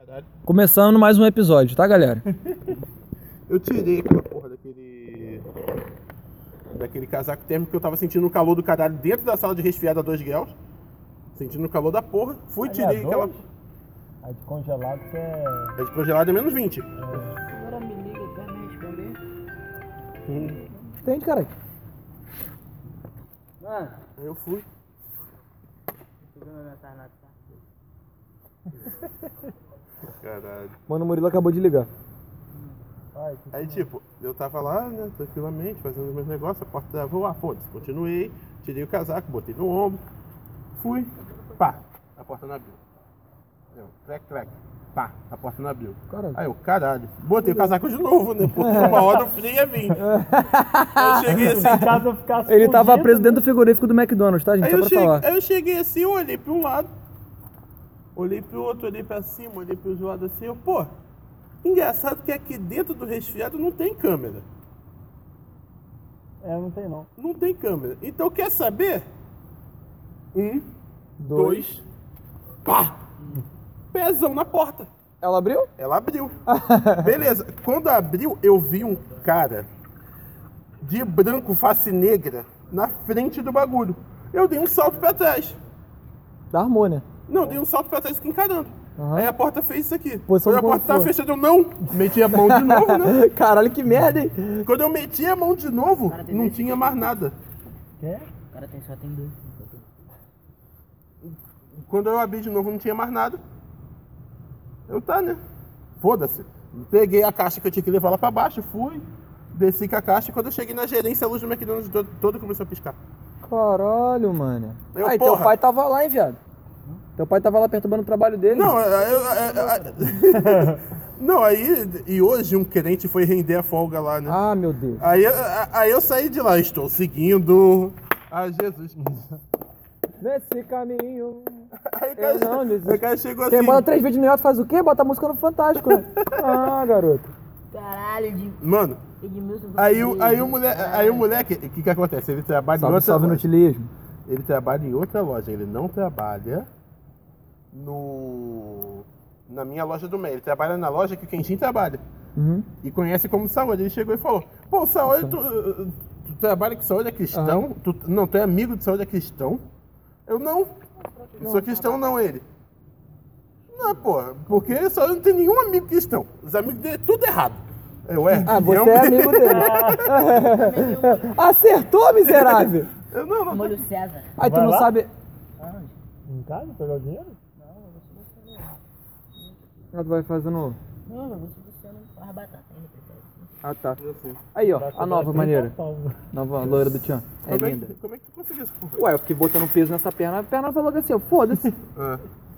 Começando mais um episódio, tá, galera? Eu tirei aquela porra daquele casaco térmico que eu tava sentindo o calor do caralho dentro da sala de resfriado a 2 graus. Sentindo o calor da porra. Fui, tirei aquela... A de congelado que é... A de congelado é menos 20. Agora me liga, quer me responder? Entende, caralho? Mano, Aí eu fui. tô vendo minha mensagem tá? Caralho. Mano, o Murilo acabou de ligar. Ai, que... Aí tipo, eu tava lá, né, tranquilamente, fazendo os meus negócios, a porta travou, foda-se, continuei, tirei o casaco, botei no ombro, fui, pá, a porta não abriu. Deu, crack, pá, a porta não abriu. Caralho. Aí eu, caralho, botei o casaco de novo, né, porque uma hora o frio ia vir. Aí eu cheguei assim, Caso eu ficasse Ele tava fugindo, preso dentro do frigorífico do McDonald's, tá, gente? Só pra falar. aí eu cheguei assim, eu olhei pra um lado, olhei pro outro, olhei pra cima, olhei pros lados assim, eu, pô, engraçado que aqui dentro do resfriado não tem câmera. É, não tem não. Não tem câmera. Então quer saber? 1, 2, pá! Pezão na porta. Ela abriu? Ela abriu. Beleza. Quando abriu, eu vi um cara de branco, face negra, na frente do bagulho. Eu dei um salto pra trás. Da harmônia. Não, dei um salto pra trás e fiquei encarando. Aham. Aí a porta fez isso aqui. Posição Quando a de porta tava conforto. fechada, eu não. Meti a mão de novo, né? Caralho, que merda, hein? Quando eu meti a mão de novo, não tinha mais nada. Quer? O cara só tem dois. Quando eu abri de novo, não tinha mais nada. Eu tá, né? Foda-se. Peguei a caixa que eu tinha que levar lá pra baixo, fui, desci com a caixa. Quando eu cheguei na gerência, a luz do McDonald's todo começou a piscar. Caralho, mano. Eu, Aí, teu porra. pai tava lá, hein, viado? Teu pai tava lá perturbando o trabalho dele. Não, não, aí, e hoje um crente foi render a folga lá, né? Ah, meu Deus. Aí eu saí de lá, estou seguindo a Jesus. Nesse caminho. Aí não, o cara chegou Quem assim. bota 3 vídeos no Yato faz o quê? Bota a música no Fantástico, né? Ah, garoto. Caralho, Mano, Edmilson. aí o moleque, o que acontece? Ele trabalha em Salve, outra salve no loja. utilismo. Ele trabalha em outra loja, ele não trabalha na minha loja do MEI. Ele trabalha na loja que o Kenshin trabalha. Uhum. E conhece como Saúde. Ele chegou e falou: pô, Saúde, tu trabalha com Saúde é cristão? Uhum. Tu é amigo de Saúde é cristão? Eu não sou cristão, não, ele. Não, porra, porque Saúde não tem nenhum amigo cristão. Os amigos dele, tudo errado. Eu, Ah, você é amigo dele. Acertou, miserável! Eu não. Molho César. Aí tu Vai não lá? sabe. Aonde? Em casa, pegar o dinheiro? Ah, tu vai fazendo. Não, eu vou se você não faz batata ainda, prefere. Ah, tá. Eu sei. Aí, ó, Vai a cobrar nova 30 maneira. pau. Nova loira do Tchan. É linda. Como é que tu conseguiu essa porra? Ué, eu fiquei botando peso nessa perna, a perna falou assim, ó, foda-se. Ah,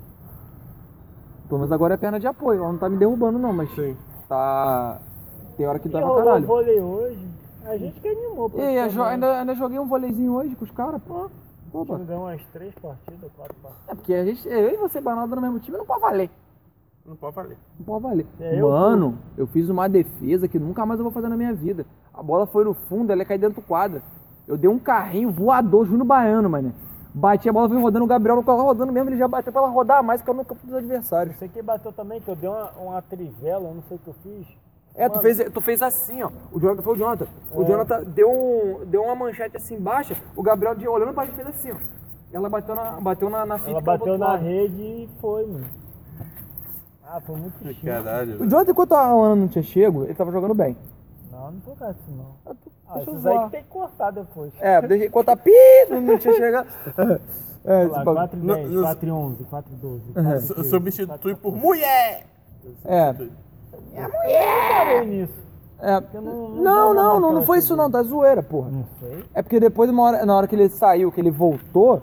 Pelo menos agora é perna de apoio, ela não tá me derrubando não, mas sim. tá... Tem hora que dói E pra rolou caralho. vôlei hoje. A gente que animou. E aí, ainda joguei um voleizinho hoje com os caras, pô. Opa. Deu umas 3 partidas, 4 partidas. É porque a gente, eu e você banado no mesmo time não pode valer. Não pode valer. Não pode valer. É, eu Mano, eu fiz uma defesa que nunca mais eu vou fazer na minha vida. A bola foi no fundo, ela ia cair dentro do quadro. Eu dei um carrinho voador, Júnior Baiano, mano. Bati a bola, veio rodando, o Gabriel não tava rodando mesmo, ele já bateu pra ela rodar mais que eu nunca fiz adversários. Você que bateu também, que eu dei uma trivela, eu não sei o que eu fiz. É, Mano, tu fez assim, ó. O Jonathan foi o Jonathan. O É. Jonathan deu uma manchete assim baixa, o Gabriel olhando pra gente fez assim, ó. Ela bateu na fita. ela que tava do bateu outro na lado. rede e foi, mano. Ah, foi muito chique. Caralho. O Jonathan, enquanto a Ana não tinha chego, ele tava jogando bem. Não, não tô com isso não. Ah, Deixa eu esses aí zoar. que tem que cortar depois. É, deixa enquanto a pi, não tinha chegado. É, Olha esse lá, bagulho. 4 e 10, Não, 4 e 11, 4 e 12. Substitui por mulher! É. Eu parei nisso. É. Eu não Não foi isso não, tá zoeira, porra. Não sei. É porque depois, na hora que ele saiu, que ele voltou,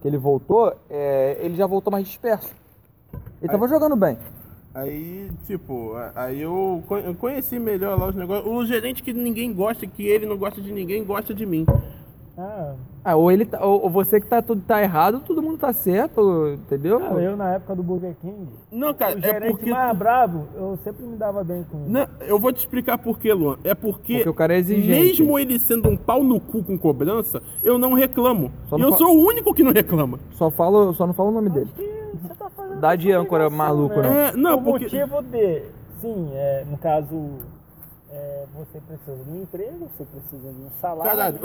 ele já voltou mais disperso. Ele tava jogando bem. Aí, tipo, aí eu conheci melhor lá os negócios. O gerente que ninguém gosta, que ele não gosta de ninguém, gosta de mim. Ah, Ou você que tudo tá errado, todo mundo tá certo, entendeu? eu na época do Burger King, Não, cara, o é gerente porque... mais bravo, eu sempre me dava bem com ele. Não, eu vou te explicar por quê, Luan. É porque o cara é exigente. mesmo ele sendo um pau no cu com cobrança, eu não reclamo. Só E não eu fa- sou o único que não reclama. Só não falo o nome dele. Que você tá fazendo Dá de âncora maluco, não. Não, Por porque... motivo de... Sim, no caso... você precisa de um emprego, você precisa de um salário. Caralho.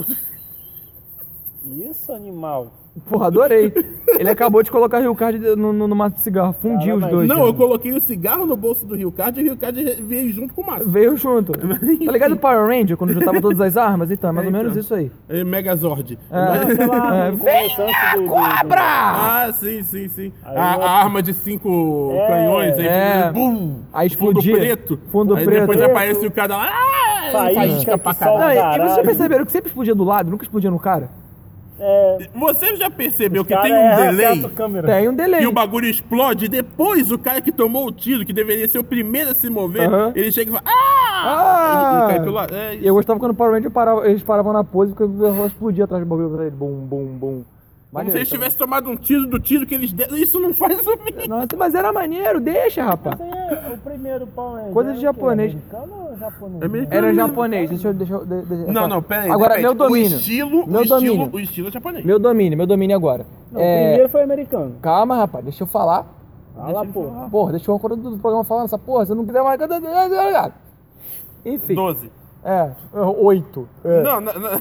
Isso, animal. Porra, adorei. Ele acabou de colocar Rio Card no maço de cigarro, fundiu os Caramba, dois. Não, cara. eu coloquei o cigarro no bolso do Rio Card e o Rio Card veio junto com o maço. Veio junto. Tá ligado o Power Ranger, quando juntava todas as armas? Então, é mais ou menos então. isso aí. É Megazord. Aquela arma no começo antes do... Cobra! Ah, sim. Aí A eu- arma de 5 canhões, aí É. bum! Aí Fundo explodia. preto. Fundo Aí preto. depois aparece o cara lá. Faísca pra que caralho. Não, e Caralho. vocês já perceberam que sempre explodia do lado, nunca explodia no cara? Você já percebeu que Cara, tem um delay? acerta a câmera. Tem um delay. E o bagulho explode, depois o cara que tomou o tiro, que deveria ser o primeiro a se mover, Aham. ele chega e fala, e cai pelo lado. É E isso. eu gostava quando o Power Ranger eles paravam na pose porque o relógio explodia atrás do bagulho pra ele. Bum, bum, bum. Como se eles tivessem tomado um tiro do tiro que eles deram. Isso não faz o mínimo. Nossa, mas era maneiro, deixa, rapaz. Esse aí é o primeiro Power Ranger. Coisa de Era o quê? japonês. Americano ou japonês? Americano. Era japonês, deixa eu... Não, pera aí. Agora, repete. meu domínio. O estilo é japonês. Meu domínio agora. Não, o primeiro foi americano. Calma, rapaz, deixa eu falar. Fala, porra. Porra, deixa eu acordar do programa falando essa porra, se eu não quiser mais... Enfim. 12. 8. Não.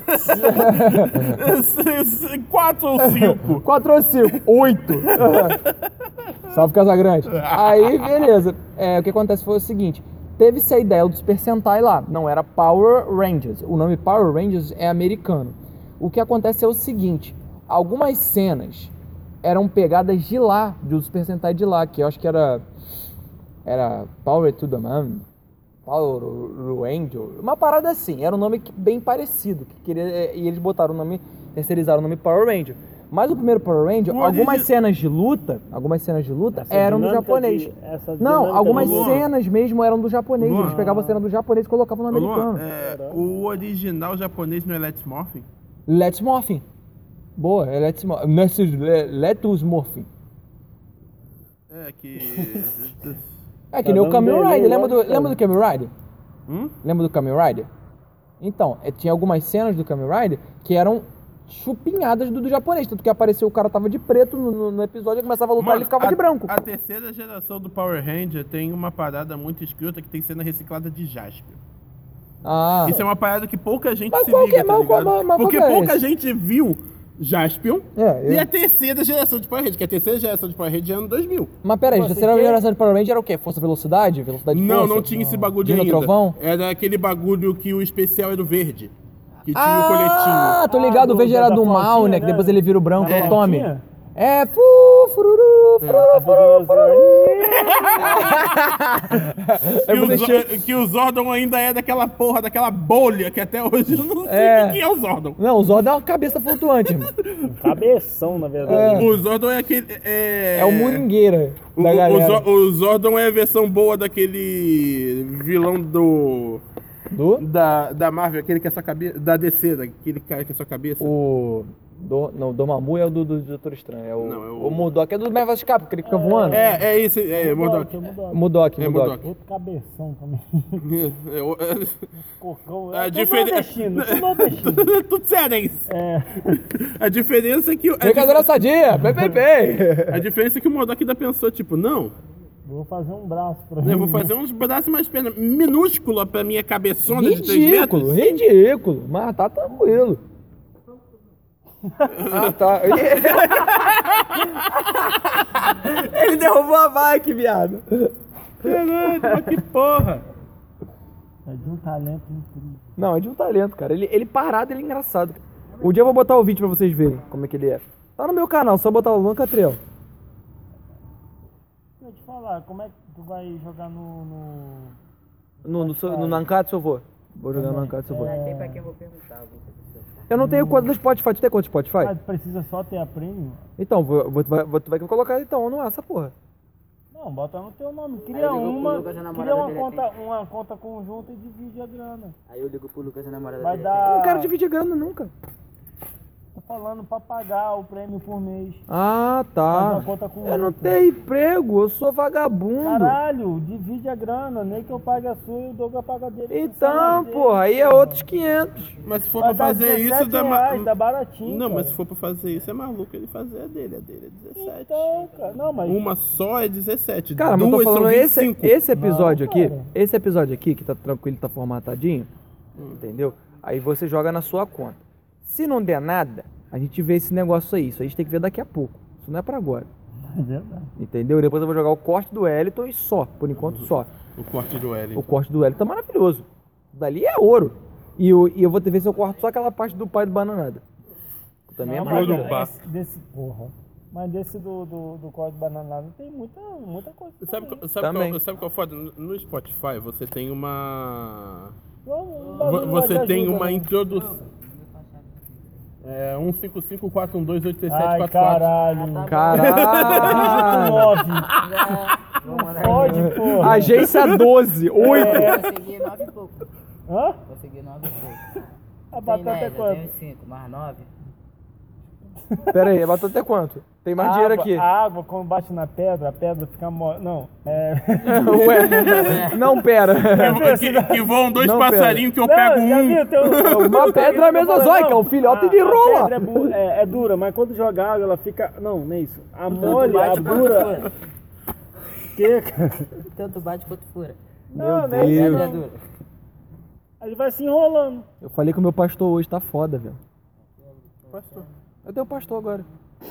4 ou 5. 4 ou 5? 8. Salve Casagrande. Aí, beleza. O que acontece foi o seguinte. Teve-se a ideia do Super Sentai lá. Não era Power Rangers. O nome Power Rangers é americano. O que acontece é o seguinte. Algumas cenas eram pegadas de lá, do Super Sentai de lá, que eu acho que era Power to the Man, Power Ranger, uma parada assim, era um nome bem parecido, e eles botaram o nome, terceirizaram o nome Power Ranger. Mas o primeiro Power Ranger, algumas cenas de luta Essa eram do dinâmica japonês. essa Não, dinâmica algumas do- cenas mesmo eram do japonês, Luan. eles pegavam a cena do japonês e colocavam no americano. O original japonês não é Let's Morphin? Let's Morphin. Boa, é Let's Morphin. Let's Morphin. É que... É que nem o dando Kamen delay, Rider, lógico. lembra do Kamen Rider? Hum? Lembra do Kamen Rider? Então, tinha algumas cenas do Kamen Rider que eram chupinhadas do japonês, tanto que apareceu o cara tava de preto no episódio, ele começava a lutar e ele ficava de branco. A terceira geração do Power Ranger tem uma parada muito escrota que tem cena reciclada de Jaspion. Ah, Isso é uma parada que pouca gente Mas se qual liga, que é- tá mas qual- ligado? mas qual Porque que é pouca esse? gente viu Jaspion É, e a terceira geração de Power Ranger, que a terceira geração de Power Ranger é ano 2000. mas peraí, a terceira geração de Power Ranger era o quê? Força Velocidade? Velocidade Não, força? não tinha esse bagulho Dino ainda. Trovão? Era aquele bagulho que o especial era o verde. Que tinha o Ah, coletinho. tô ligado, o verde era da do mal, flautinha, né? Que né? depois ele vira o branco, Da o Tommy. flautinha? É, fururu, Que o Zordon ainda é daquela porra, daquela bolha, que até hoje eu não sei É. o que é o Zordon. Não, o Zod é uma cabeça flutuante, irmão. Um cabeção, na verdade. O Zordon é aquele... É o Moringueira O, da o, galera. o Zordon é a versão boa daquele vilão da Marvel, aquele que é sua cabeça, da DC, daquele cara que é sua cabeça. Não, o Dormammu é o do Doutor Estranho. É o, Não, é o- o Murdock é do Marvel Escape, aquele que fica voando. É esse, Murdock. Murdock. Outro cabeção também. Cocão. A Tudo diferença... nordestino, tudo nordestino. Tudo cearense. É. A diferença é que... Brincadeira sadia, pei. A diferença é que o Murdock ainda pensou, tipo, não, Vou fazer um braço pra eu vou fazer uns braços mais perna minúscula pra minha cabeçona de 3 Ridículo, metros. ridículo. Mas tá tranquilo. Ah, tá. Ele derrubou a bike, viado. Caralho, mas que porra. É de um talento incrível. Não, é de um talento, cara. Ele parado, ele é engraçado. Um dia eu vou botar o vídeo pra vocês verem como é que ele é. Tá no meu canal, só botar o Luan Catriel. Deixa eu te falar, como é que tu vai jogar no... No Nankatsu eu vou. Vou jogar no Nankatsu eu vou. Tem pra quem eu vou perguntar. Eu não tenho conta do Spotify. Tu tem conta do Spotify? Mas precisa só ter a premium? Então, tu vai colocar então no essa porra. Não, bota no teu nome. Aí Cria eu ligo pro uma, Lucas, a namorada cria uma dele conta, uma conta conjunta e divide a grana. Aí eu ligo pro Lucas, a namorada Vai dele. dar... Não quero dividir grana nunca. Tô falando pra pagar o prêmio por mês. Ah, Faz tá. uma conta com Eu não outro. tenho emprego, eu sou vagabundo. Caralho, divide a grana, nem que eu pague a sua e o Douglas paga a dele. Então, porra, aí é outros 500. Mas se for Vai pra dar fazer isso, dá reais, dá baratinho. Não, cara. mas se for pra fazer isso, é maluco ele fazer a dele. A dele é 17. Então, cara, não, mas... Uma só é 17. Cara, mas eu tô duas falando são esse 25. episódio Não, aqui, cara. esse episódio aqui, que tá tranquilo, tá formatadinho, entendeu? Aí você joga na sua conta. Se não der nada, a gente vê esse negócio aí. Isso a gente tem que ver daqui a pouco. Isso não é pra agora. É verdade. Entendeu? Depois eu vou jogar o corte do Wellington e só. Por enquanto, só. O corte do L. O corte do Wellington tá maravilhoso. Dali é ouro. E eu vou ter ver se eu corto só aquela parte do pai do Bananada. Também Não, é mas maravilhoso. desse, porra. Mas desse do código bananado tem muita coisa. Sabe Também. qual foda? No Spotify você tem uma. Você Você tem uma introdução. É 155-412-86744. Ai, caralho. Caralho! 9. Vamos mandar Pode, porra. Agência 12, 8. Consegui 9 e pouco. Hã? Consegui 9 e pouco. A Tem batata é 10, eu quanto? tenho 5, mais 9. Pera aí, a batata é quanto? Tem mais dinheiro aqui. A água, quando bate na pedra, a pedra fica mole. Não, Ué, não, pera. Que voam dois Não, passarinhos que eu Não, pego já um. viu, tem um... Uma pedra mesozoica, um filhote de A rola. pedra é dura, mas quando joga água, ela fica... Não, não é isso. A mole, a bate quanto dura... fura. Que, cara? Tanto bate quanto fura. Não, não é Deus. isso, Pedra é não. dura. Ele vai se enrolando. Eu falei que o meu pastor hoje tá foda, velho. Pastor. Eu tenho um pastor agora.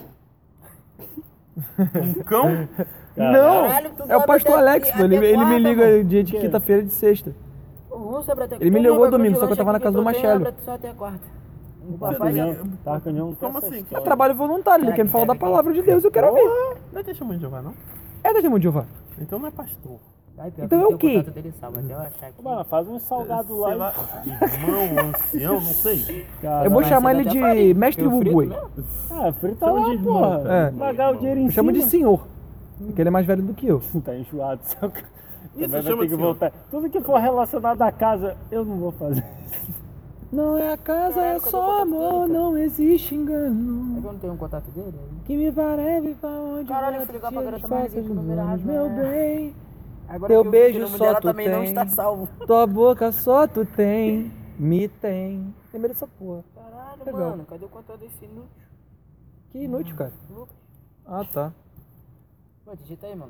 Um cão? Não, Caralho, tu é o dorme pastor até- Alex, pô. até Ele me quarta, liga mano. dia de quinta-feira e de sexta. Ele me Tu ligou lembra domingo, quando só que eu tava na casa do lanche aqui Machelo. que tu tem, só até a quarta. O Tá papai já... canhão. Como assim? É trabalho voluntário, ele quer me falar da palavra de Deus, eu quero ouvir. Não é testemunho de Jeová, não? É testemunho de Jeová. Então não é pastor. Ai, pior Então que é eu o quê? tenho contato dele salvo, até eu achar que... Mano, faz um salgado Sei lá. lá, irmão, ancião, não sei. Cara, Eu vou mas chamar você ele dá de até farinha. mestre Eu frito Bugui. mesmo? Ah, frita Chama lá, de irmão, porra. cara. Pagar o dinheiro em Eu chamo de cima. senhor, porque ele é mais velho do que eu. Tá enjoado. Seu... Isso Também vai chama ter de que voltar. Tudo que for relacionado à casa, eu não vou fazer. Não é a casa, é Caralho, cadê o só contato amor, dele, não existe É engano. que eu não tenho um contato dele? Que me parece pra onde Caralho, eu vai, fui ligar te pra garota, mas disfarça liguei pro de número anos, errado, meu né? bem. Agora Teu que eu vi que beijo o nome só dela tu também não tem. está salvo. Tua boca só tu tem, me tem. Lembra dessa porra. Caralho, Legal. mano, cadê o contato desse inútil? Que inútil, cara. Lucas? Ah, tá. Pô, digita aí, mano.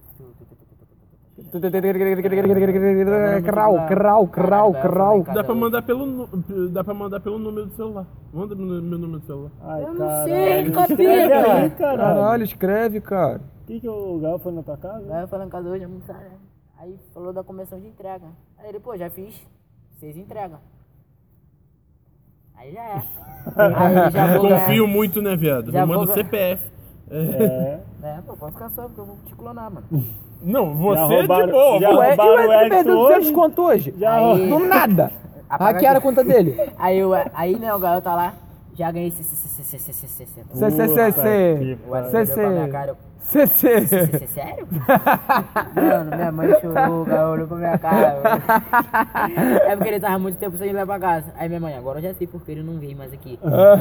Crau. Dá pra mandar pelo número do celular. Manda meu número do celular. Ai, Eu não caralho. sei, Escreve capeta. aí, caralho. Caralho, escreve, cara. O que o Gal foi na tua casa? Aí eu falando em casa hoje, almoçar, né? Aí falou da comissão de entrega. Aí ele, pô, já fiz 6 entregas. Aí já é. Aí já vou ganhar. Confio muito, né, viado? Já Manda o vou- CPF. É. É, pô, pode ficar só, porque eu vou te clonar, mano. Não, você Já é de roubaram- boa. já- Ué, e roubaram o o Edson Edson perdeu hoje? 200 conto hoje? Já Aí- Do nada. Apaga Hackearam a aqui. conta dele. Aí né, o garoto tá lá, já ganhei 60. CCCC. O Edson olhou pra minha cara, eu, CC. sério? Mano, minha mãe chorou, o garoto olhou pra minha cara. É porque ele tava muito tempo sem ir lá pra casa. Aí minha mãe, agora eu já sei porque ele não veio mais aqui.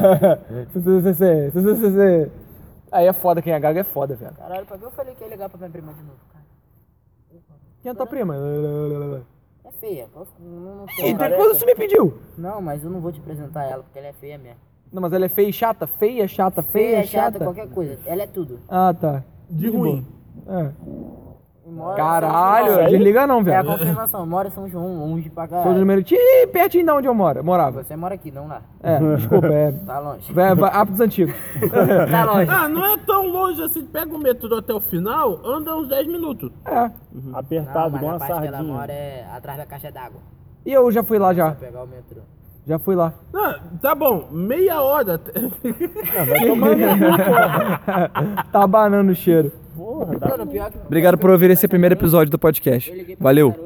CCCC. Aí é foda, quem é gaga é foda, velho. Caralho, pra que eu falei que ia ligar pra minha prima de novo, cara? Quem é tua prima? É feia. Não Então quando você me pediu? Não, mas eu não vou te apresentar ela, porque ela é feia mesmo. Não, mas ela é feia e chata? Feia, chata, feia, chata, qualquer coisa. Ela é tudo. Ah, tá. De ruim. É. E mora em Caralho, São João. desliga não, É a velho. confirmação, mora em São João, longe pra Sou do caralho. número pertinho de onde eu morava. Você mora aqui, não lá. É, desculpa, Tá longe. Hábitos antigos. Tá longe. Ah, não é tão longe assim. Pega o metrô até o final, anda uns 10 minutos. É. Não, Apertado, mas igual a uma parte que ela sardinha. mora é atrás da caixa d'água. E eu já fui lá Pra já. pegar o metrô. Já fui lá. Ah, tá bom, meia hora. Tá abanando o cheiro. Porra, dá Mano, pior que... Obrigado por ouvir esse primeiro episódio do podcast. Eu liguei pra Valeu. esse garoto,